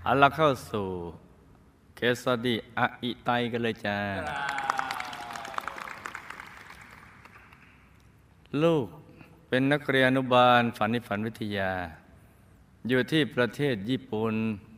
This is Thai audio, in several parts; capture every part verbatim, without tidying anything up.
เอาละเข้าสู่เคสสตดี้อะอิไตกันเลยจ้าลูกเป็นนักเรียนอนุบาลฝันนิฝันวิทยาอยู่ที่ประเทศญี่ปุ่น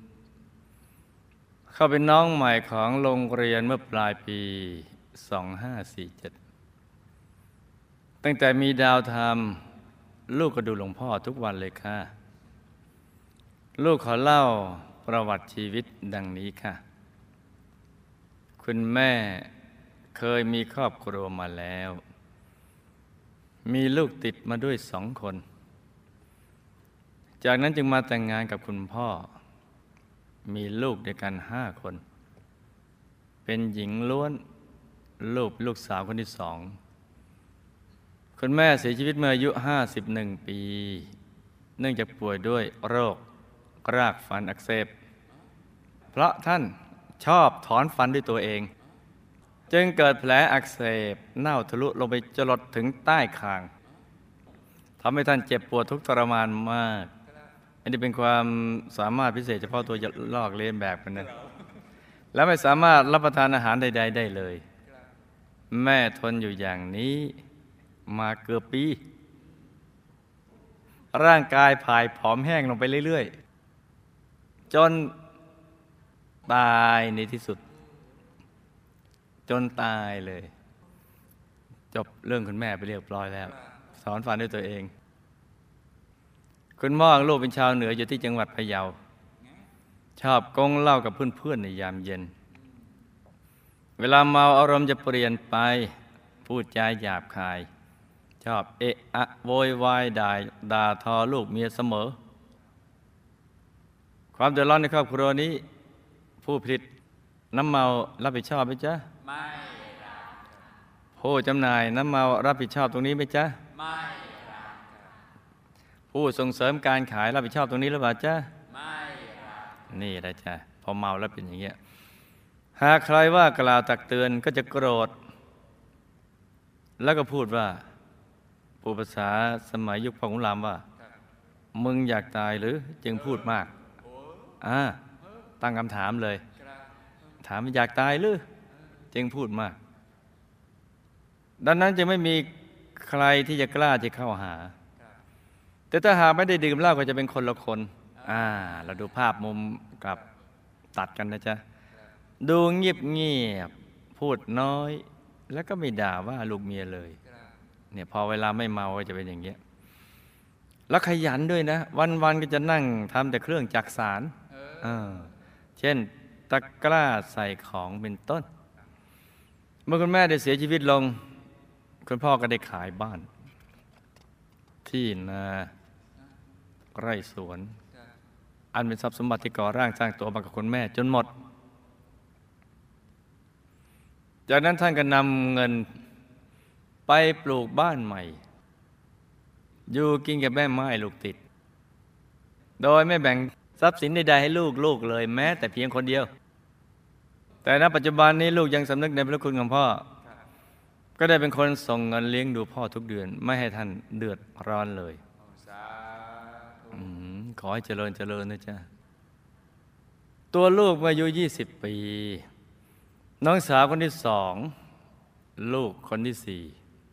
เข้าเป็นน้องใหม่ของโรงเรียนเมื่อปลายปี สองห้าสี่เจ็ด ตั้งแต่มีดาวธรรมลูกก็ดูหลวงพ่อทุกวันเลยค่ะลูกขอเล่าประวัติชีวิตดังนี้ค่ะคุณแม่เคยมีครอบครัวมาแล้วมีลูกติดมาด้วยสองคนจากนั้นจึงมาแต่งงานกับคุณพ่อมีลูกด้วยกันห้าคนเป็นหญิงล้วนลูกลูกสาวคนที่สองคุณแม่เสียชีวิตเมื่ออายุห้าสิบเอ็ดปีเนื่องจากป่วยด้วยโรครากฟันอักเสบเพราะท่านชอบถอนฟันด้วยตัวเองจึงเกิดแผลอักเสบเน่าทะลุลงไปจรดถึงใต้คางทำให้ท่านเจ็บปวดทุกข์ทรมานมากอันนี้เป็นความสามารถพิเศษเฉพาะตัวจะลอกเลียนแบบกันนะและไม่สามารถรับประทานอาหารใดๆได้เลยแม่ทนอยู่อย่างนี้มาเกือบปีร่างกายผายผอมแห้งลงไปเรื่อยๆจนตายในที่สุดจนตายเลยจบเรื่องคุณแม่ไปเรียบร้อยแล้วสอนฟันด้วยตัวเองคุณพ่อของลูกเป็นชาวเหนืออยู่ที่จังหวัดพะเยาชอบกงเหล้ากับเพื่อนๆในยามเย็นเวลาเมาอารมณ์จะเปลี่ยนไปพูดจาหยาบคายชอบเอะอะโวยวายด่าด่าทอลูกเมียเสมอความเดือดร้อนในครอบครัวนี้ผู้ผลิตน้ำเมารับผิดชอบไหมจ๊ะไม่รับผู้จำหน่ายน้ำเมารับผิดชอบตรงนี้ไหมจ๊ะไม่รับผู้ส่งเสริมการขายรับผิดชอบตรงนี้หรือเปล่าจ๊ะไม่รับนี่แหละจ๊ะพอเมาแล้วเป็นอย่างเงี้ยหากใครว่ากล่าวตักเตือนก็จะโกรธแล้วก็พูดว่าพูดภาษาสมัยยุคพ่อขุนรามว่ามึงอยากตายหรือจึงพูดมากอ่าตั้งคำถามเลยถามว่าอยากตายหรือจึงพูดมากดังนั้นจะไม่มีใครที่จะกล้าที่เข้าหาแต่ถ้าหากไม่ได้ดื่มเหล้าก็จะเป็นคนละคนอ่าเราดูภาพมุมกับตัดกันนะจ๊ะดูเงียบเงียบพูดน้อยแล้วก็ไม่ด่าว่าลูกเมียเลยเนี่ยพอเวลาไม่เมาก็จะเป็นอย่างเงี้ยแล้วขยันด้วยนะวันๆก็จะนั่งทำแต่เครื่องจักสานเออเช่นตะกร้าใส่ของเป็นต้นเมื่อคุณแม่ได้เสียชีวิตลงคุณพ่อก็ได้ขายบ้านที่นาไร่สวนอันเป็นทรัพย์สมบัติที่ก่อร่างสร้างตัวมากับคุณแม่จนหมดจากนั้นท่านก็นำเงินไปปลูกบ้านใหม่อยู่กินกับแม่ไม้ลูกติดโดยไม่แบ่งทรัพย์สินใดๆให้ลูกลูกเลยแม้แต่เพียงคนเดียวแต่ณปัจจุบันนี้ลูกยังสำนึกในพระคุณของพ่อก็ได้เป็นคนส่งเงินเลี้ยงดูพ่อทุกเดือนไม่ให้ท่านเดือดร้อนเลยอืมขอให้เจริญเจริญนะจ๊ะตัวลูกเมื่ออายุยี่สิบปีน้องสาวคนที่สองลูกคนที่สี่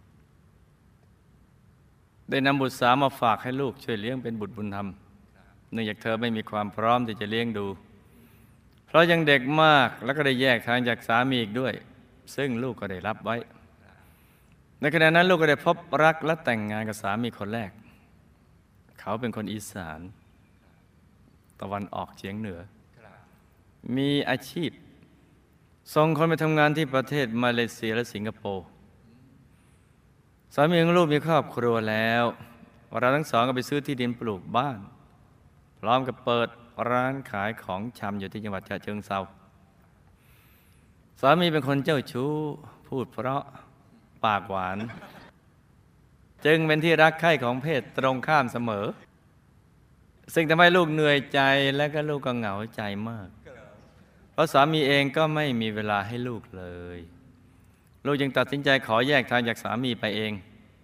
ได้นำบุตรสาวมาฝากให้ลูกช่วยเลี้ยงเป็นบุตรบุญธรรมเนื่องจากเธอไม่มีความพร้อมที่จะเลี้ยงดูเพราะยังเด็กมากแล้วก็ได้แยกทางจากสามีอีกด้วยซึ่งลูกก็ได้รับไว้ในขณะนั้นลูกก็ได้พบรักและแต่งงานกับสามีคนแรกเขาเป็นคนอีสานตะวันออกเฉียงเหนือมีอาชีพส่งคนไปทำงานที่ประเทศมาเลเซียและสิงคโปร์สามีของลูกมีครอบครัวแล้วเราทั้งสองก็ไปซื้อที่ดินปลูกบ้านพร้อมกับเปิดร้านขายของชำอยู่ที่จังหวัดฉะเชิงเทราสามีเป็นคนเจ้าชู้พูดเพราะปากหวานจึงเป็นที่รักใคร่ของเพศตรงข้ามเสมอซึ่งทำให้ลูกเหนื่อยใจและก็ลูกก็เหงาใจมากเพราะสามีเองก็ไม่มีเวลาให้ลูกเลยลูกจึงตัดสินใจขอแยกทางจากสามีไปเอง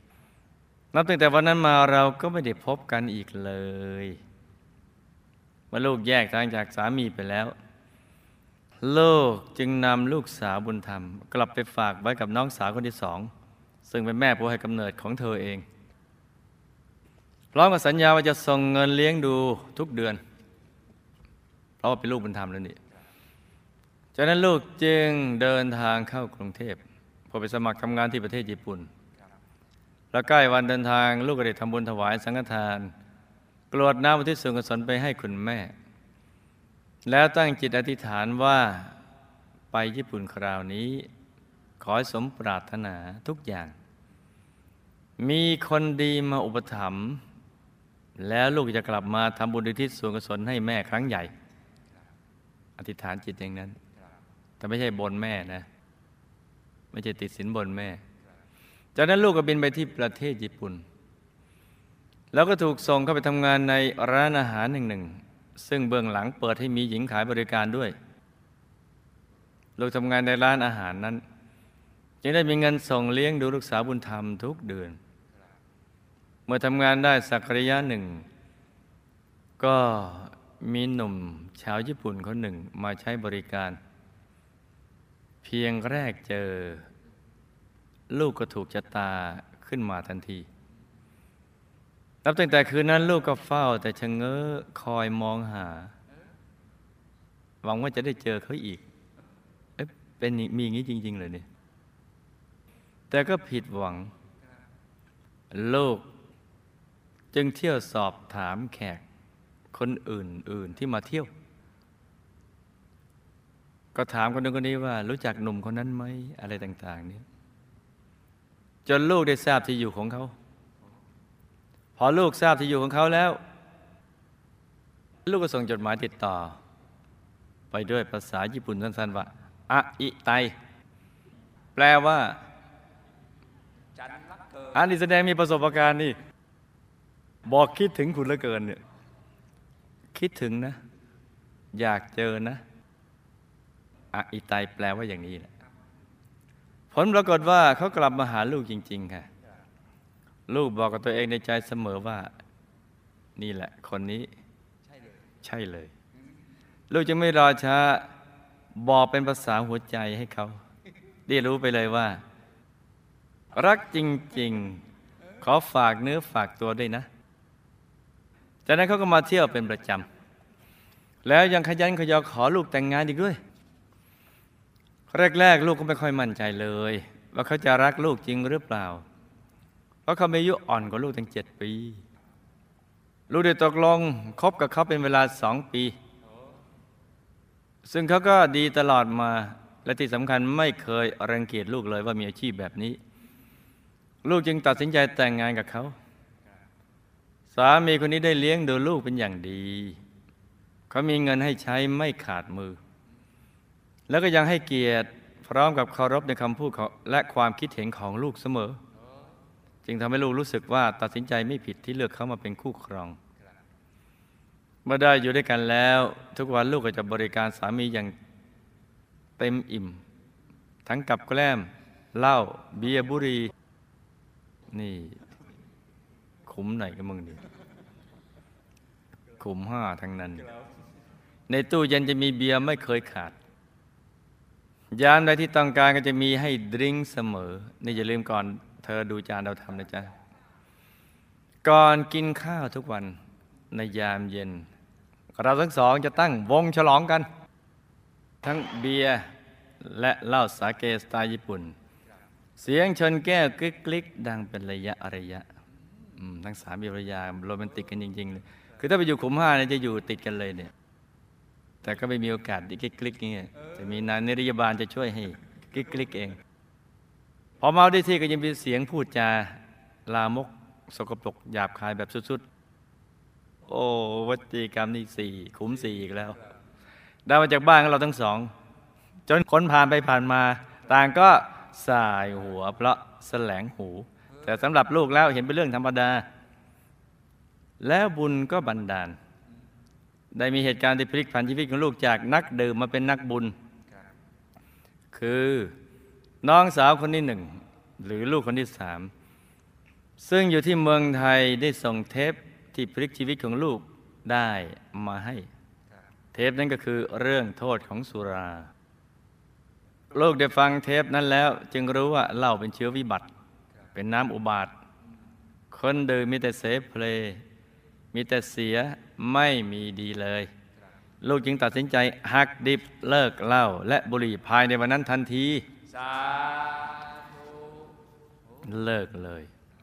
นับตั้งแต่วันนั้นมาเราก็ไม่ได้พบกันอีกเลยมื่อลูกแยกทางจากสามีไปแล้วลูกจึงนำลูกสาวบุญธรรมกลับไปฝากไว้กับน้องสาวคนที่สองซึ่งเป็นแม่ผู้ให้กำเนิดของเธอเองพร้อมกับสัญญาว่าจะส่งเงินเลี้ยงดูทุกเดือนเพราะว่าเป็นลูกบุญธรรมแล้วนี่จากนั้นลูกจึงเดินทางเข้ากรุงเทพเพื่อไปสมัครทำงานที่ประเทศญี่ปุ่นแล้วใกล้วันเดินทางลูกก็ได้ทำบุญถวายสังฆทานกรวดน้ำอุทิศส่วนกุศลไปให้คุณแม่แล้วตั้งจิตอธิษฐานว่าไปญี่ปุ่นคราวนี้ขอให้สมปรารถนาทุกอย่างมีคนดีมาอุปถัมภ์แล้วลูกจะกลับมาทำบุญอุทิศส่วนกุศลให้แม่ครั้งใหญ่อธิษฐานจิตอย่างนั้นแต่ไม่ใช่บนแม่นะไม่ใช่ติดสินบนแม่จากนั้นลูกก็บินไปที่ประเทศญี่ปุ่นแล้วก็ถูกส่งเข้าไปทำงานในร้านอาหารหนึ่งหนึ่งซึ่งเบื้องหลังเปิดให้มีหญิงขายบริการด้วยลูกทำงานในร้านอาหารนั้นจึงได้มีเงินส่งเลี้ยงดูลูกสาวบุญธรรมทุกเดือนเมื่อทำงานได้สักระยะหนึ่งก็มีหนุ่มชาวญี่ปุ่นคนหนึ่งมาใช้บริการเพียงแรกเจอลูกก็ถูกชะตาขึ้นมาทันทีนับตั้งแต่คืนนั้นลูกก็เฝ้าแต่ชะเง้อคอยมองหาหวังว่าจะได้เจอเขาอีกเอ๊ะเป็นมีอย่างนี้จริงๆเลยเนี่ยแต่ก็ผิดหวังลูกจึงเที่ยวสอบถามแขกคนอื่นๆที่มาเที่ยวก็ถามคนนึงคนนี้ว่ารู้จักหนุ่มคนนั้นไหมอะไรต่างๆนี้จนลูกได้ทราบที่อยู่ของเขาพอลูกทราบที่อยู่ของเขาแล้วลูกก็ส่งจดหมายติดต่อไปด้วยภาษาญี่ปุ่นสั้นๆว่าอะอิไตแปลว่าอันนี้แสดงมีประสบการณ์นี่บอกคิดถึงคุณเหลือเกินเนี่ยคิดถึงนะอยากเจอนะอะอิไตแปลว่าอย่างนี้แหละผลปรากฏว่าเขากลับมาหาลูกจริงๆค่ะลูกบอกกับตัวเองในใจเสมอว่านี่แหละคนนี้ใช่เลยลูกจะไม่รอช้าบอกเป็นภาษาหัวใจให้เขาได้รู้ไปเลยว่ารักจริงๆขอฝากเนื้อฝากตัวด้วยนะจากนั้นเขาก็มาเที่ยวเป็นประจำแล้วยังขยันขยอขอลูกแต่งงานอีกด้วยแรกๆลูกก็ไม่ค่อยมั่นใจเลยว่าเขาจะรักลูกจริงหรือเปล่าเพราะเขามีอายุอ่อนกว่าลูกตั้งเจ็ดปีลูกได้ตกลงคบกับเขาเป็นเวลาสองปีซึ่งเขาก็ดีตลอดมาและที่สำคัญไม่เคยรังเกียจลูกเลยว่ามีอาชีพแบบนี้ลูกจึงตัดสินใจแต่งงานกับเขาสามีคนนี้ได้เลี้ยงดูลูกเป็นอย่างดีเขามีเงินให้ใช้ไม่ขาดมือแล้วก็ยังให้เกียรติพร้อมกับเคารพในคำพูดและความคิดเห็นของลูกเสมอจึงทำให้ลูกรู้สึกว่าตัดสินใจไม่ผิดที่เลือกเขามาเป็นคู่ครองเมื่อได้อยู่ด้วยกันแล้วทุกวันลูกก็จะบริการสามีอย่างเต็มอิ่มทั้งกับแกล้มเหล้าเบียร์บุหรี่นี่ขุมไหนกันมึงดิขุมห้าทั้งนั้นในตู้เย็นจะมีเบียร์ไม่เคยขาดยามใดที่ต้องการก็จะมีให้ดื่มเสมอนี่อย่าลืมก่อนเธอดูจานเราทำนะจ๊ะก่อนกินข้าวทุกวันในยามเย็นเราทั้งสองจะตั้งวงฉลองกันทั้งเบียร์และเหล้าสาเกสไตล์ญี่ปุ่นเสียงชนแก้วกริ๊กๆดังเป็นระยะระยะทั้งสามีภรรยาโรแมนติกกันจริงๆเลยคือถ้าไปอยู่ขุมห้าเนี่ยจะอยู่ติดกันเลยเนี่ยแต่ก็ไม่มีโอกาสที่กลิกๆอย่างเงี้ยจะมีนายนิรยาบาลจะช่วยให้กลิกๆเองพอเมาได้ที่ก็ยังมีเสียงพูดจาลามกสกปรกหยาบคายแบบสุดๆโอ้วจีกรรมนี่สี่ขุมสี่อีกแล้วได้มาจากบ้านของเราทั้งสองจนคนผ่านไปผ่านมาต่างก็สายหัวเพราะแสลงหูแต่สำหรับลูกแล้วเห็นเป็นเรื่องธรรมดาแล้วบุญก็บันดาลได้มีเหตุการณ์ที่พลิกผันชีวิตของลูกจากนักดื่มมาเป็นนักบุญคือน้องสาวคนที่หนึ่งหรือลูกคนที่สามซึ่งอยู่ที่เมืองไทยได้ส่งเทปที่พลิกชีวิตของลูกได้มาให้เทปนั้นก็คือเรื่องโทษของสุราลูกได้ฟังเทปนั้นแล้วจึงรู้ว่าเหล้าเป็นเชื้อวิบัติ เป็นน้ำอุบาท คนดื่มมีแต่เสเพลมีแต่เสียไม่มีดีเลย ลูกจึงตัดสินใจหักดิบเลิกเหล้าและบุหรี่ภายในวันนั้นทันทีสาธุเลิกเลย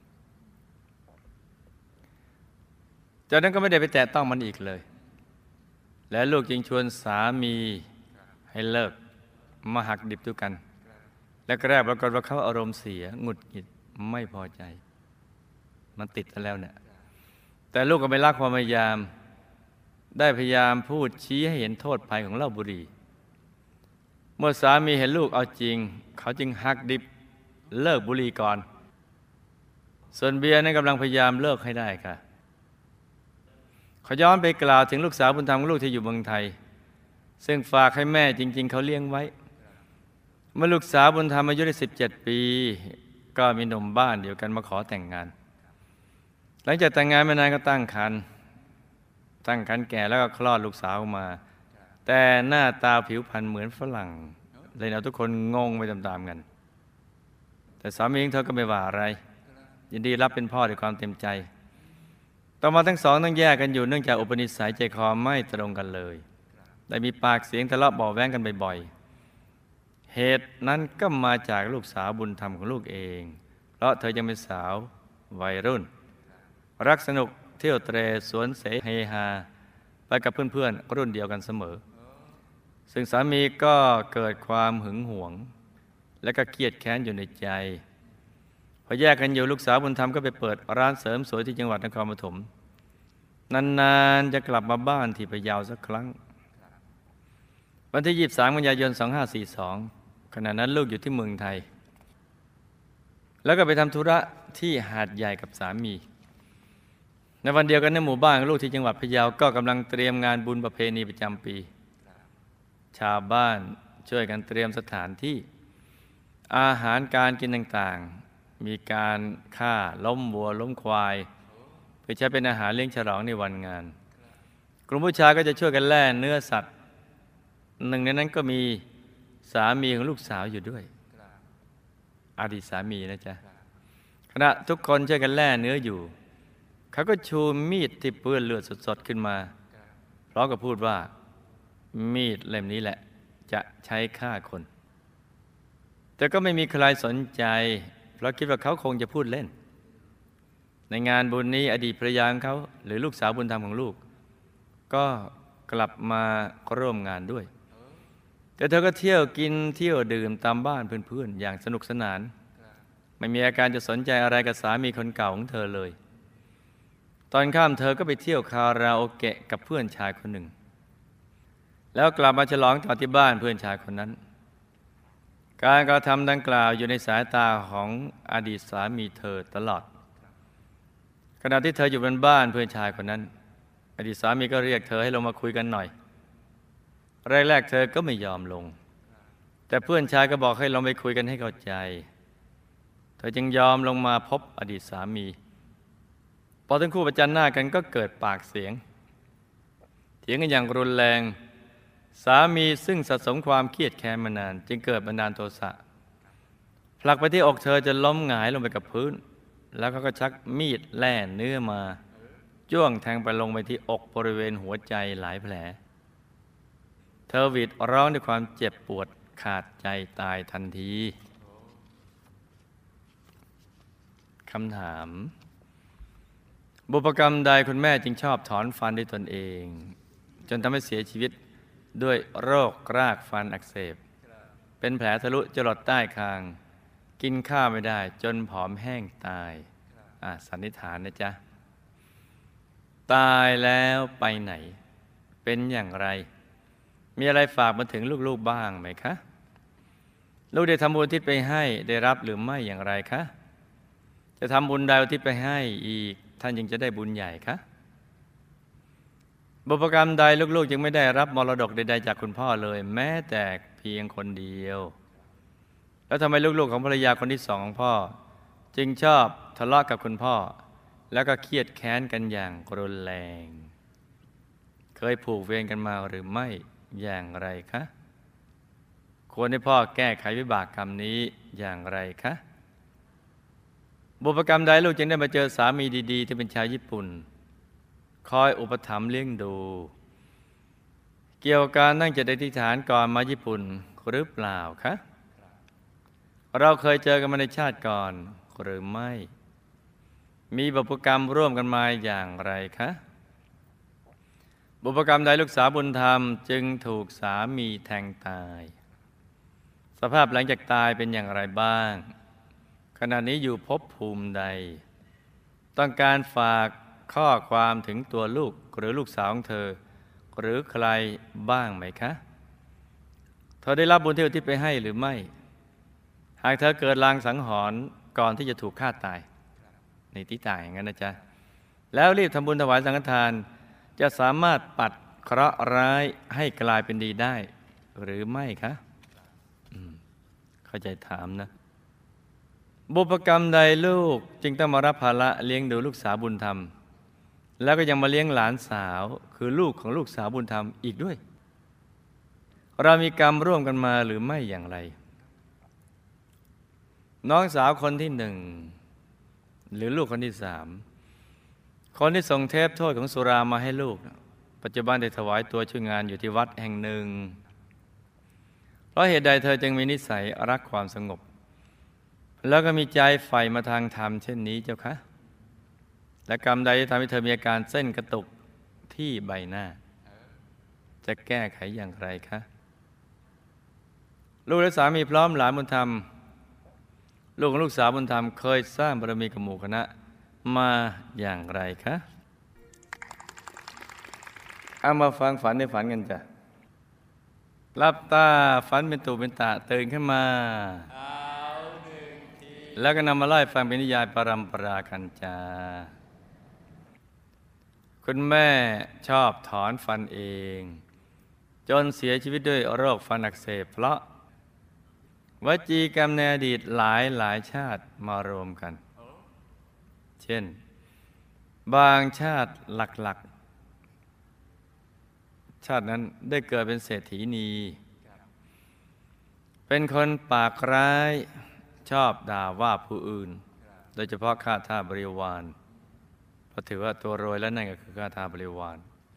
จากนั้นก็ไม่ได้ไปแตะต้องมันอีกเลยและลูกจึงชวนสามีให้เลิกมาหักดิบด้วยกันและแรกปรากฏว่าเขาอารมณ์เสียหงุดหงิดไม่พอใจมันติดกันแล้วเนี่ยแต่ลูกก็ไม่ละความพยายามได้พยายามพูดชี้ให้เห็นโทษภัยของเหล้าบุหรี่เมื่อสามีเห็นลูกเอาจริงเขาจึงหักดิบเลิกบุหรี่ก่อนส่วนเบียร์นั้นกำลังพยายามเลิกให้ได้ค่ะเขาย้อนไปกล่าวถึงลูกสาวบุญธรรมของลูกที่อยู่เมืองไทยซึ่งฝากให้แม่จริงๆเขาเลี้ยงไว้เมื่อลูกสาวบุญธรรมอายุได้สิบเจ็ดปีก็มีหนุ่มบ้านเดียวกันมาขอแต่งงานหลังจากแต่งงานไม่นานก็ตั้งครรภ์ตั้งครรภ์แก่แล้วก็คลอดลูกสาวออกมาแต่หน้าตาผิวพรรณเหมือนฝรั่งเลยเอาทุกคนงงไปตามๆกันแต่สามีของเธอก็ไม่ว่าอะไรยินดีรับเป็นพ่อด้วยความเต็มใจต่อมาทั้งสองต้องแยกกันอยู่เนื่องจากอุปนิสัยใจคอไม่ตรงกันเลยได้มีปากเสียงทะเลาะเบาะแว้งกันบ่อยๆเหตุนั้นก็มาจากลูกสาวบุญธรรมของลูกเองเพราะเธอยังเป็นสาววัยรุ่นรักสนุกเที่ยวเตร่สวนเสเฮฮาไปกับเพื่อนๆรุ่นเดียวกันเสมอซึ่งสามีก็เกิดความหึงหวงและก็เครียดแค้นอยู่ในใจพอแยกกันอยู่ลูกสาวบุญธรรมก็ไปเปิดร้านเสริมสวยที่จังหวัดนครปฐมนานๆจะกลับมาบ้านที่พะเยาสักครั้งวันที่ยี่สิบสามกันยายนสองห้าสี่สองขณะนั้นลูกอยู่ที่เมืองไทยแล้วก็ไปทำธุระที่หาดใหญ่กับสามีในวันเดียวกันในหมู่บ้านของลูกที่จังหวัดพะเยาก็กำลังเตรียมงานบุญประเพณีประจำปีชาวบ้านช่วยกันเตรียมสถานที่อาหารการกินต่างๆมีการฆ่าล้มวัวล้มควายเพื่อใช้เป็นอาหารเลี้ยงฉลองในวันงานกลุ่มผู้ชายก็จะช่วยกันแล่เนื้อสัตว์หนึ่งในนั้นก็มีสามีของลูกสาวอยู่ด้วยอดีตสามีนะจ๊ะขณะทุกคนช่วยกันแล่เนื้ออยู่เขาก็ชูมีดที่เปื้อนเลือดสดๆขึ้นมาพร้อมกับพูดว่ามีดเล่มนี้แหละจะใช้ฆ่าคนแต่ก็ไม่มีใครสนใจเพราะคิดว่าเขาคงจะพูดเล่นในงานบุญนี้อดีตภรรยาของเขาหรือลูกสาวบุญธรรมของลูกก็กลับมาร่วมงานด้วยแต่เธอก็เที่ยวกินเที่ยวดื่มตามบ้านเพื่อนๆอย่างสนุกสนานไม่มีอาการจะสนใจอะไรกับสามีคนเก่าของเธอเลยตอนค่ำเธอก็ไปเที่ยวคาราโอเกะกับเพื่อนชายคนหนึ่งแล้วกลับมาฉลองต่อที่บ้านเพื่อนชายคนนั้นการกระทำดังกล่าวอยู่ในสายตาของอดีตสามีเธอตลอดขณะที่เธออยู่บนบ้านเพื่อนชายคนนั้นอดีตสามีก็เรียกเธอให้ลงมาคุยกันหน่อยแรกๆเธอก็ไม่ยอมลงแต่เพื่อนชายก็บอกให้ลงไปคุยกันให้เข้าใจเธอจึงยอมลงมาพบอดีตสามีพอทั้งคู่ประจันหน้ากันก็เกิดปากเสียงเถียงกันอย่างรุนแรงสามีซึ่งสะสมความเครียดแค้นมานานจึงเกิดบันดาลโทสะผลักไปที่อกเธอจนล้มหงายลงไปกับพื้นแล้วเขาก็ชักมีดแล่เนื้อมาจ้วงแทงไปลงไปที่อกบริเวณหัวใจหลายแผลเธอหวีดร้องด้วยความเจ็บปวดขาดใจตายทันทีคำถามบุพกรรมใดคุณแม่จึงชอบถอนฟันด้วยตนเองจนทำให้เสียชีวิตด้วยโรครากฟันอักเสบเป็นแผลทะลุจรดใต้คางกินข้าวไม่ได้จนผอมแห้งตายอ่ะสันนิษฐานนะจ๊ะตายแล้วไปไหนเป็นอย่างไรมีอะไรฝากมาถึงลูกๆบ้างไหมคะลูกได้ทำบุญทิศไปให้ได้รับหรือไม่อย่างไรคะจะทำบุญใดอุทิศไปให้อีกท่านยังจะได้บุญใหญ่คะบุพกรรมใดลูกๆจึงไม่ได้รับมรดกใดๆจากคุณพ่อเลยแม้แต่เพียงคนเดียวแล้วทำไมลูกๆของภรรยาคนที่สองของพ่อจึงชอบทะเลาะกับคุณพ่อแล้วก็เครียดแค้นกันอย่างรุนแรงคเคยผูกเวรกันมาหรือไม่อย่างไรคะควรให้พ่อแก้ไขวิบากกรรมนี้อย่างไรคะบุพกรรมใดลูกจึงได้มาเจอสามีดีๆที่เป็นชาวญี่ปุ่นคอยอุปถัมภ์เลี้ยงดูเกี่ยวกับการนั่งจิตอธิษฐานก่อนมาญี่ปุ่นหรือเปล่าคะเราเคยเจอกันมาในชาติก่อนหรือไม่มีบุพกรรมร่วมกันมาอย่างไรคะบุพกรรมใดลูกสาวบุญธรรมจึงถูกสามีแทงตายสภาพหลังจากตายเป็นอย่างไรบ้างขณะนี้อยู่ภพภูมิใดต้องการฝากข้อความถึงตัวลูกหรือลูกสาวของเธอหรือใครบ้างไหมคะเธอได้รับบุญที่อุทิศไปให้หรือไม่หากเธอเกิดลางสังหรณ์ก่อนที่จะถูกฆ่าตายในที่ตายอย่างนั้นนะจ๊ะแล้วรีบทำบุญถวายสังฆทานจะสามารถปัดเคราะห์ร้ายให้กลายเป็นดีได้หรือไม่คะเข้าใจถามนะบุพกรรมใดลูกจึงต้องมารับภาระเลี้ยงดูลูกสาวบุญธรรมแล้วก็ยังมาเลี้ยงหลานสาวคือลูกของลูกสาวบุญธรรมอีกด้วยเรามีกรรมร่วมกันมาหรือไม่อย่างไรน้องสาวคนที่หนึ่งหรือลูกคนที่สามคนที่ส่งเทปโทษของสุรามาให้ลูกปัจจุบันได้ถวายตัวช่วยงานอยู่ที่วัดแห่งหนึ่งเพราะเหตุใดเธอจึงมีนิสัยรักความสงบแล้วก็มีใจใฝ่มาทางธรรมเช่นนี้เจ้าคะและกรรมใดที่ทำให้เธอมีอาการเส้นกระตุกที่ใบหน้าจะแก้ไขอย่างไรคะลูกและสามีพร้อมหลานบุญธรรมลูกของลูกสาวบุญธรรมเคยสร้างบารมีกับหมู่คณะมาอย่างไรคะเอามาฟังฝันในฝันกันจ้ะหลับตาฝันเป็นตุเป็นตะตื่นขึ้นมาแล้วก็นำมาไล่ฟังเป็นนิยายปรัมปรากันจ้าคุณแม่ชอบถอนฟันเองจนเสียชีวิตด้วยโรคฟันอักเสบเพราะวจีกรรมในอดีตหลายหลายชาติมารวมกันเช่นบางชาติหลักๆชาตินั้นได้เกิดเป็นเศรษฐีนีเป็นคนปากร้ายชอบด่าว่าผู้อื่นโดยเฉพาะข้าทาสบริวารเพราะถือว่าตัวรวยแล้วนั่นก็คือข้าทาสบริวาร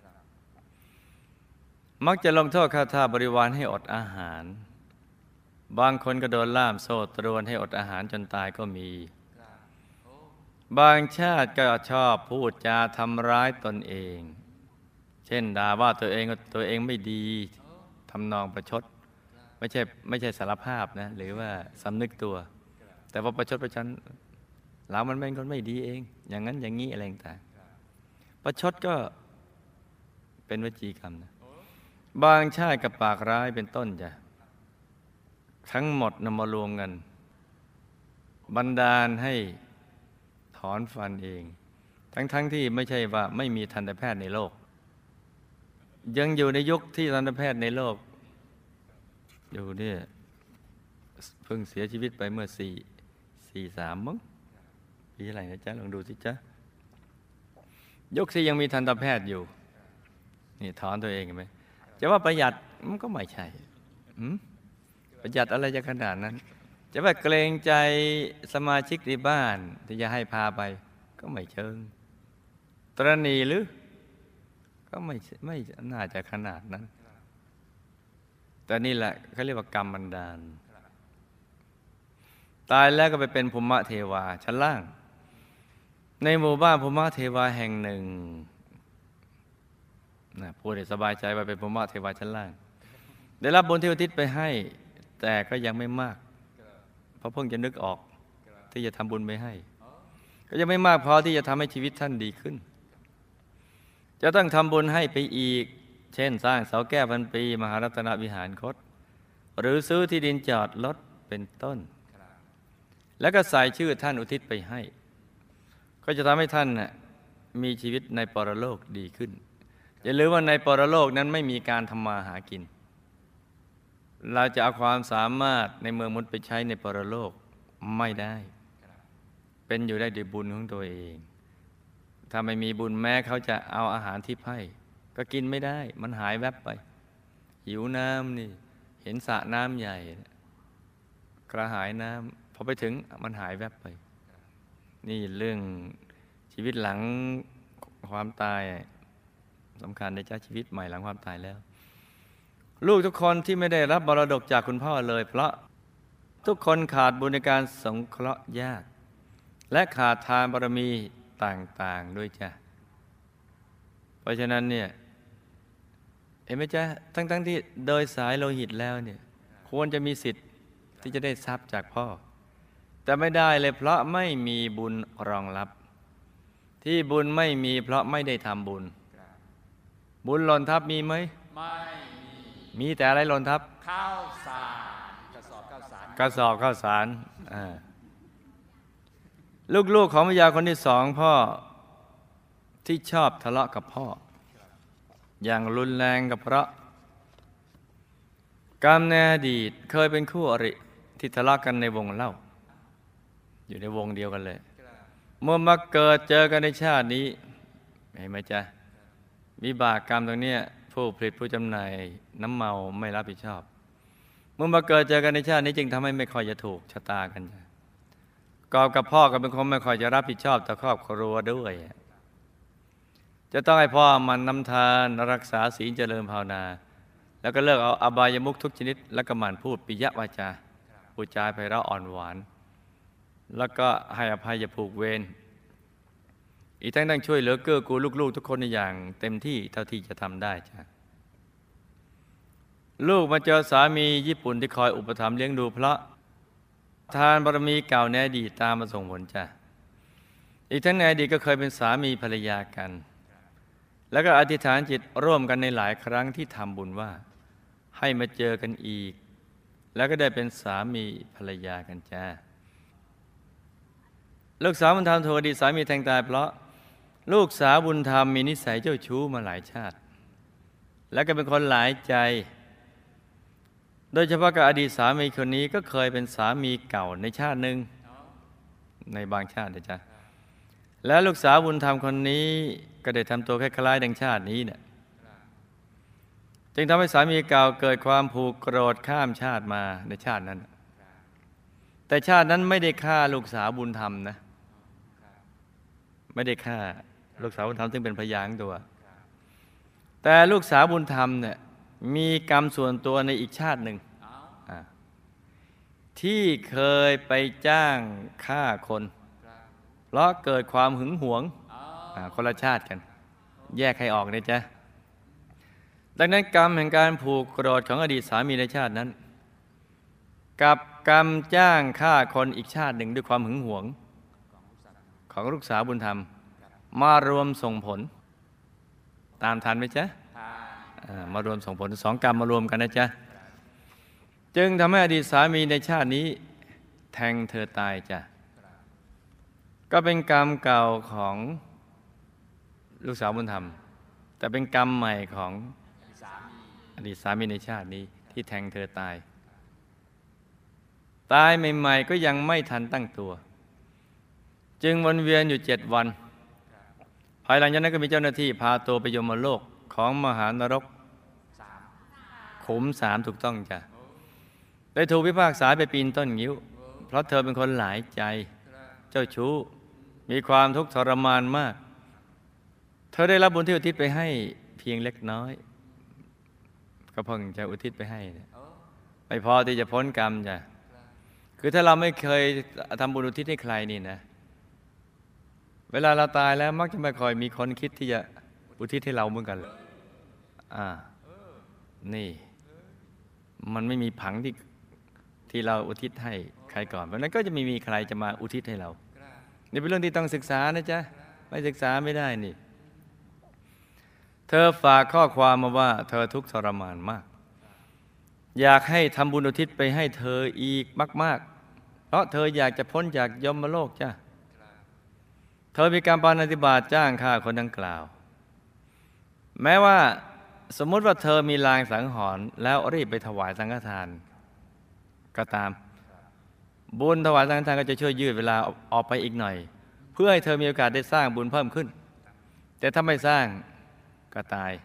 มักจะลงโทษข้าทาสบริวารให้อดอาหารบางคนก็โดนล่ามโซ่ตรวนให้อดอาหารจนตายก็มีบางชาติก็ชอบพูดจาทำร้ายตนเองเช่นด่าว่าตัวเองตัวเองไม่ดีทำนองประชดไม่ใช่ไม่ใช่สารภาพนะหรือว่าสำนึกตัวแต่ว่าประชดประชันเรามันเป็นคนไม่ดีเองอย่างนั้นอย่างนี้อะไรต่างประชดก็เป็นวจีกรรมนะบางชาติกับปากร้ายเป็นต้นจ้ะทั้งหมดนำมารวมกันบันดาลให้ถอนฟันเองทั้งๆ ท, ที่ไม่ใช่ว่าไม่มีทันตแพทย์ในโลกยังอยู่ในยุคที่ทันตแพทย์ในโลกอยู่เนี่ยเพิ่งเสียชีวิตไปเมื่อสี่สี่สามมั้งปีอะไรนะจ๊ะลองดูสิจ๊ะยุคที่ยังมีทันตแพทย์อยู่นี่ถอนตัวเองเห็นไหมจะว่าประหยัดมันก็ไม่ใช่ประหยัดอะไรจะขนาดนั้นจะว่าเกรงใจสมาชิกในบ้านที่จะให้พาไปก็ไม่เชิงตระหนี่หรือก็ไม่ไม่น่าจะขนาดนั้นแต่นี่แหละเขาเรียกว่ากรรมบันดาลตายแล้วก็ไปเป็นภูมิเทวาชั้นล่างในหมู่บ้านภูมิเทวาแห่งหนึ่งนะพูดให้สบายใจว่าเป็นภูมิเทวาชั้นล่างได้รับบุญที่อุทิศไปให้แต่ก็ยังไม่มากเพราะเพิ่งจะนึกออกที่จะทำบุญไปให้ก็ยังไม่มากพอที่จะทำให้ชีวิตท่านดีขึ้นจะต้องทำบุญให้ไปอีกเช่นสร้างเสาแก้วพันปีมหารัตนวิหารคตหรือซื้อที่ดินจอดรถเป็นต้นแล้วก็ใส่ชื่อท่านอุทิศไปให้ก็จะทำให้ท่านน่ะมีชีวิตในปรโลกดีขึ้นอย่าลืมว่าในปรโลกนั้นไม่มีการทำมาหากินเราจะเอาความสามารถในเมืองมนุษย์ไปใช้ในปรโลกไม่ได้เป็นอยู่ได้ด้วยบุญของตัวเองถ้าไม่มีบุญแม้เขาจะเอาอาหารที่ให้ก็กินไม่ได้มันหายแวบไปหิวน้ำนี่เห็นสระน้ำใหญ่กระหายน้ำพอไปถึงมันหายแวบไปนี่เรื่องชีวิตหลังความตายสำคัญในจ้าชีวิตใหม่หลังความตายแล้วลูกทุกคนที่ไม่ได้รับบรดกจากคุณพ่อเลยเพราะทุกคนขาดบุญในการสงเคราะห์ญาติและขาดทานบารมีต่างๆด้วยจ้ะเพราะฉะนั้นเนี่ยเห็นไหมจ๊ะทั้งๆที่โดยสายโลหิตแล้วเนี่ยควรจะมีสิทธิ์ที่จะได้ทรัพย์จากพ่อแต่ไม่ได้เลยเพราะไม่มีบุญรองรับที่บุญไม่มีเพราะไม่ได้ทำบุญบุญหล่นทับมีไหมไม่มีมีแต่อะไรหล่นทับข้าวสารกระสอบข้าวสารกระสอบข้าวสารลูกๆของพญาคนที่สองพ่อที่ชอบทะเลาะกับพ่ออย่างรุนแรงกับเพราะกรรมในอดีตเคยเป็นคู่อริที่ทะเลาะกันในวงเล่าอยู่ในวงเดียวกันเลยเมื่อมาเกิดเจอกันในชาตินี้เห็นไหมจ๊ะวิบากกรรมตรงนี้ผู้ผลิตผู้จำหน่ายน้ำเมาไม่รับผิดชอบเมื่อมาเกิดเจอกันในชาตินี้จึงทำให้ไม่ค่อยจะถูกชะตากันจ้ะกอบกับพ่อก็เป็นคนไม่ค่อยจะรับผิดชอบต่อครอบครัวด้วยจะต้องให้พ่อมันนำทานรักษาศีลเจริญภาวนาแล้วก็เลิกเอาอบายมุขทุกชนิดแล้วก็หมั่นพูดปิยวาจาพูดจาไพเราะอ่อนหวานแล้วก็ให้อภัยอย่าผูกเวรอีกทั้งต้องช่วยเหลือเกื้อกูลลูกๆทุกคนอย่างเต็มที่เท่าที่จะทำได้จ้ะลูกมาเจอสามีญี่ปุ่นที่คอยอุปถัมภ์เลี้ยงดูเพราะทานบารมีเก่าในอดีตตามมาส่งผลจ้ะอีกทั้งในอดีตก็เคยเป็นสามีภรรยากันแล้วก็อธิษฐานจิตร่วมกันในหลายครั้งที่ทำบุญว่าให้มาเจอกันอีกแล้วก็ได้เป็นสามีภรรยากันจ้าลูกสาวบุญธรรมถูกอดีตสามีแทงตายเพราะลูกสาวบุญธรรมมีนิสัยเจ้าชู้มาหลายชาติแล้วก็เป็นคนหลายใจโดยเฉพาะกับอดีตสามีคนนี้ก็เคยเป็นสามีเก่าในชาติหนึ่งในบางชาตินะจ๊ะแล้วลูกสาวบุญธรรมคนนี้ก็ได้ทำตัวคล้ายๆดังชาตินี้เนี่ยจึงทำให้สามีเก่าเกิดความผูกโกรธข้ามชาติมาในชาตินั้นแต่ชาตินั้นไม่ได้ฆ่าลูกสาวบุญธรรมนะไม่ได้ฆ่าลูกสาวบุญธรรมซึ่งเป็นพยานตัวแต่ลูกสาวบุญธรรมเนี่ยมีกรรมส่วนตัวในอีกชาติหนึ่งที่เคยไปจ้างฆ่าคนเพราะเกิดความหึงหวงคนละชาติกันแยกให้ออกนะจ๊ะดังนั้นกรรมแห่งการผูกโกรธของอดีตสามีในชาตินั้นกับกรรมจ้างฆ่าคนอีกชาติหนึ่งด้วยความหึงหวงของลูกสาวบุญธรรมมารวมส่งผลตามทันไหมจ๊ะมารวมส่งผลสองกรรมมารวมกันนะจ๊ะจึงทำให้อดีตสามีในชาตินี้แทงเธอตายจ้ะก็เป็นกรรมเก่าของลูกสาวบุญธรรมแต่เป็นกรรมใหม่ของอดีตสามีในชาตินี้ที่แทงเธอตายตายใหม่ๆก็ยังไม่ทันตั้งตัวจึงวนเวียนอยู่เจ็ดวันภายหลังจากนั้นก็มีเจ้าหน้าที่พาตัวไปยมโลกของมหานรกขุมสามถูกต้องจ้ะได้ถูกพิพากษาไปปีนต้นงิ้วเพราะเธอเป็นคนหลายใจเจ้าชู้มีความทุกข์ทรมานมากเธอได้รับบุญที่อุทิศไปให้เพียงเล็กน้อยก็เพิ่งจะอุทิศไปให้ไม่พอที่จะพ้นกรรมจ้ะคือถ้าเราไม่เคยทำบุญอุทิศให้ใครนี่นะเวลาเราตายแล้วมักจะไม่ค่อยมีคนคิดที่จะอุทิศให้เราเหมือนกันอ่านี่มันไม่มีผังที่ที่เราอุทิศให้ใครก่อนเพราะนั้นก็จะไม่มีใครจะมาอุทิศให้เรานี่เป็นเรื่องที่ต้องศึกษานะจ๊ะไม่ศึกษาไม่ได้นี่เธอฝากข้อความมาว่าเธอทุกข์ทรมานมากอยากให้ทำบุญอุทิศไปให้เธออีกมากๆเพราะเธออยากจะพ้นจากยมโลกจ้ะเธอมีการปาณาติบาตจ้างฆ่าคนดังกล่าวแม้ว่าสมมติว่าเธอมีลางสังหรณ์แล้วรีบไปถวายสังฆทานก็ตามบุญถวายสังฆทานก็จะช่วยยืดเวลาออกไปอีกหน่อยเพื่อให้เธอมีโอกาสได้สร้างบุญเพิ่มขึ้นแต่ถ้าไม่สร้างก็ตาย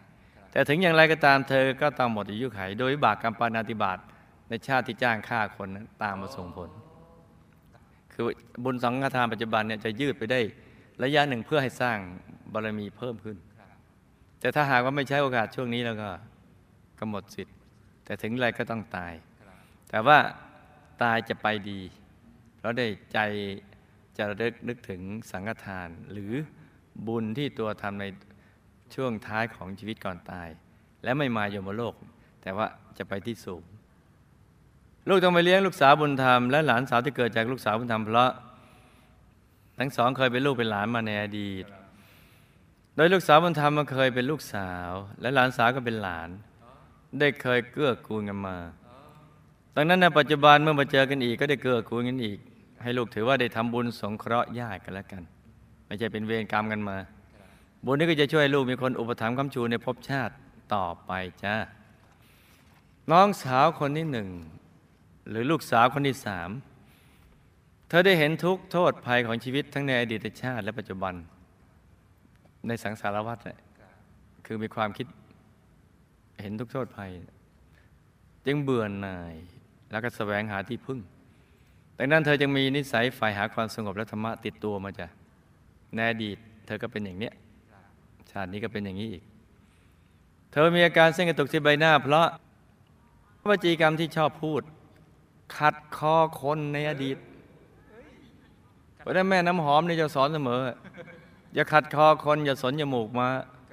แต่ถึงอย่างไรก็ตามเธอก็ต้องหมดอายุขัยโดยวิบากกรรมปาณาติบาตในชาติที่จ้างฆ่าคนนั้นตามมาส่งผลคือบุญสังฆทานปัจจุบันเนี่ยจะยืดไปได้ระยะหนึ่งเพื่อให้สร้างบารมีเพิ่มขึ้นแต่ถ้าหากว่าไม่ใช้โอกาสช่วงนี้แล้วก็ก็หมดสิทธิ์แต่ถึงไรก็ต้องตายแต่ว่าตายจะไปดีเราได้ใจจะระลึกนึกถึงสังฆทานหรือบุญที่ตัวทำในช่วงท้ายของชีวิตก่อนตายและไม่มาโยมโลกแต่ว่าจะไปที่สูงลูกต้องไปเลี้ยงลูกสาวบุญธรรมและหลานสาวที่เกิดจากลูกสาวบุญธรรมเพราะทั้งสองเคยเป็นลูกเป็นหลานมาในอดีตโดยลูกสาวบุญธรรมมันเคยเป็นลูกสาวและหลานสาวก็เป็นหลานได้เคยเกื้อกูลกันมาดังนั้นในปัจจุบันเมื่อมาเจอกันอีกก็ได้เกื้อกูลกันอีกให้ลูกถือว่าได้ทำบุญสงเคราะห์ญาติกันแล้วกันไม่ใช่เป็นเวรกรรมกันมาบุญนี้ก็จะช่วยลูกมีคนอุปถัมภ์ค้ำชูในภพชาติต่อไปจ้าน้องสาวคนที่หนึ่งหรือลูกสาวคนที่สามเธอได้เห็นทุกข์โทษภัยของชีวิตทั้งในอดีตชาติและปัจจุบันในสังสารวัฏคือมีความคิดเห็นทุกข์โทษภัยจึงเบื่อหน่ายแล้วก็แสวงหาที่พึ่งดังนั้นเธอจึงมีนิสัยใฝ่หาความสงบและธรรมะติดตัวมาจ้ะในอดีตเธอก็เป็นอย่างเนี้ยชาตินี้ก็เป็นอย่างนี้อีกเธอมีอาการเส้นกระตุกที่ใบหน้าเพราะวจีกรรมที่ชอบพูดขัดคอคนในอดีตเพราะนั้นแม่น้ำหอมนี่จะสอนเสมออย่าขัดคอคนอย่าสนจมูกมา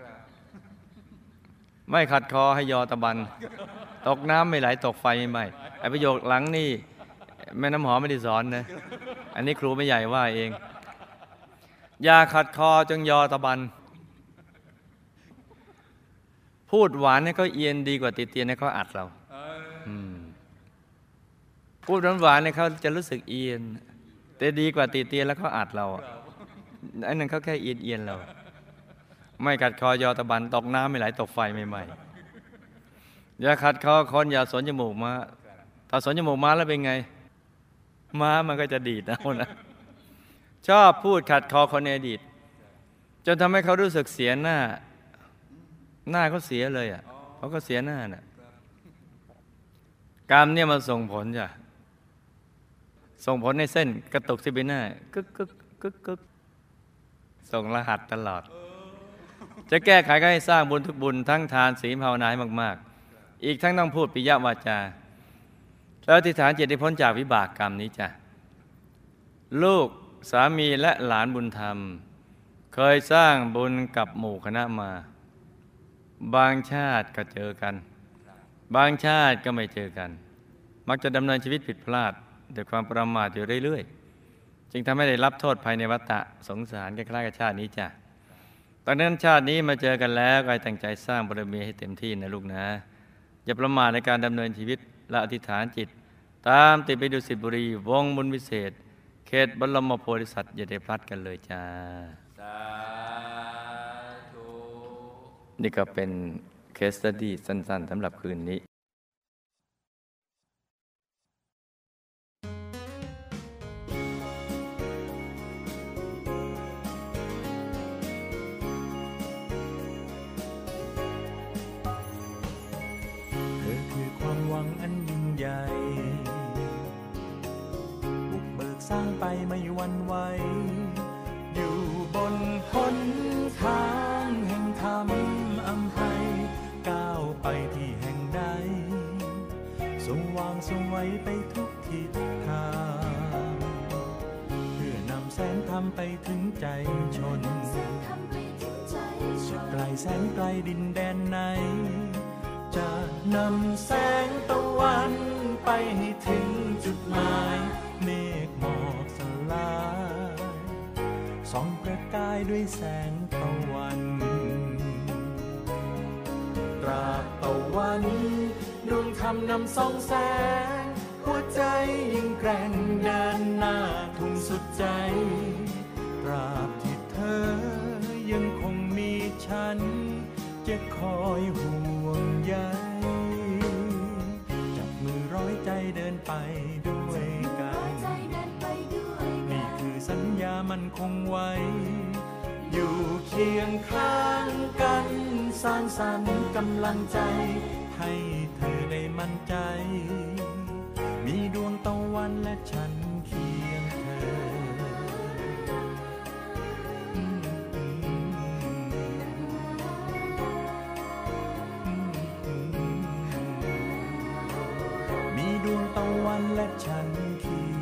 ไม่ขัดคอให้ยอตะบันตกน้ำไม่ไหลตกไฟไม่ไหม้ไอ้ประโยคหลังนี่แม่น้ำหอมไม่ได้สอนนะอันนี้ครูไม่ใหญ่ว่าเองอย่าขัดคอจงยอตะบันพูดหวานให้เขาเอียนดีกว่าติเตียนให้เขาอัดเราพูดหวานๆให้เขาจะรู้สึกเอียนแต่ดีกว่าติเตียนแล้วเขาอัดเราอันนั้นเขาแค่เอียนเอียนเราไม่ขัดคอยอตะบันตกน้ำไม่ไหลตกไฟไม่ไหม้อย่าขัดคอคนอย่าสนจมูกม้าถ้าสนจมูกม้าแล้วเป็นไงม้ามันก็จะดีดเอานะชอบพูดขัดคอคนในอดีตจนทำให้เขารู้สึกเสียหน้าหน้าเขาเสียเลยอ่ะเขาก็เสียหน้าน่ะกรรมเนี่ยมันส่งผลจ้ะส่งผลในเส้นกระตุกที่ใบหน้ากึกกึกกึกกึกส่งรหัสตลอดจะแก้ไขก็ให้สร้างบุญทุกบุญทั้งทานศีลภาวนาให้มากๆอีกทั้งต้องพูดปิยวาจาแล้วอธิษฐานจิตให้พ้นจากวิบากกรรมนี้จ้ะลูกสามีและหลานบุญธรรมเคยสร้างบุญกับหมู่คณะมาบางชาติก็เจอกันบางชาติก็ไม่เจอกันมักจะดำเนินชีวิตผิดพลาดด้วยความประมาทอยู่เรื่อยๆจึงทำให้ได้รับโทษภายในวัฏฏะสงสารคล้ายๆกับชาตินี้จ้ะตอนนั้นชาตินี้มาเจอกันแล้วก็ให้ตั้งใจสร้างบารมีให้เต็มที่นะลูกนะอย่าประมาทในการดำเนินชีวิตและอธิษฐานจิตตามติดไปดุสิตบุรีวงบุญวิเศษเขตบรมโพธิสัตว์อย่าได้พลัดกันเลยจ้าสาธุนี่ก็เป็นเคสสตัดดี้สั้นๆสำหรับคืนนี้หวังอันยิ่งใหญ่บุกเบิกสร้างไปไม่หวั่นไหวอยู่บนหนทางแห่งธรรมอำไพก้าวไปที่แห่งใดสว่างสวัยไปทุกทิศทางเพื่อนำแสงธรรมไปถึงใจชนจะไกลแสนไกลดินแดนไหนจะนำแสงตะวันไปให้ถึงจุดหมายเมฆหมอกสลายส่องประกายด้วยแสงตะวันตราบตะวันดวงธรรมนำส่องแสงหัวใจยิ่งแกร่งเดินหน้าทุ่งสุดใจตราบที่เธอยังคงมีฉันจะคอยห่วงใยจับมือร้อยใจเดินไปด้วยกันนี่คือสัญญามันคงไว้อยู่เคียงข้างกันสร้างสรรค์กำลังใจให้เธอได้มั่นใจมีดวงตะวันและฉันเคียงเธอมีดวงตะวันและฉันเคียง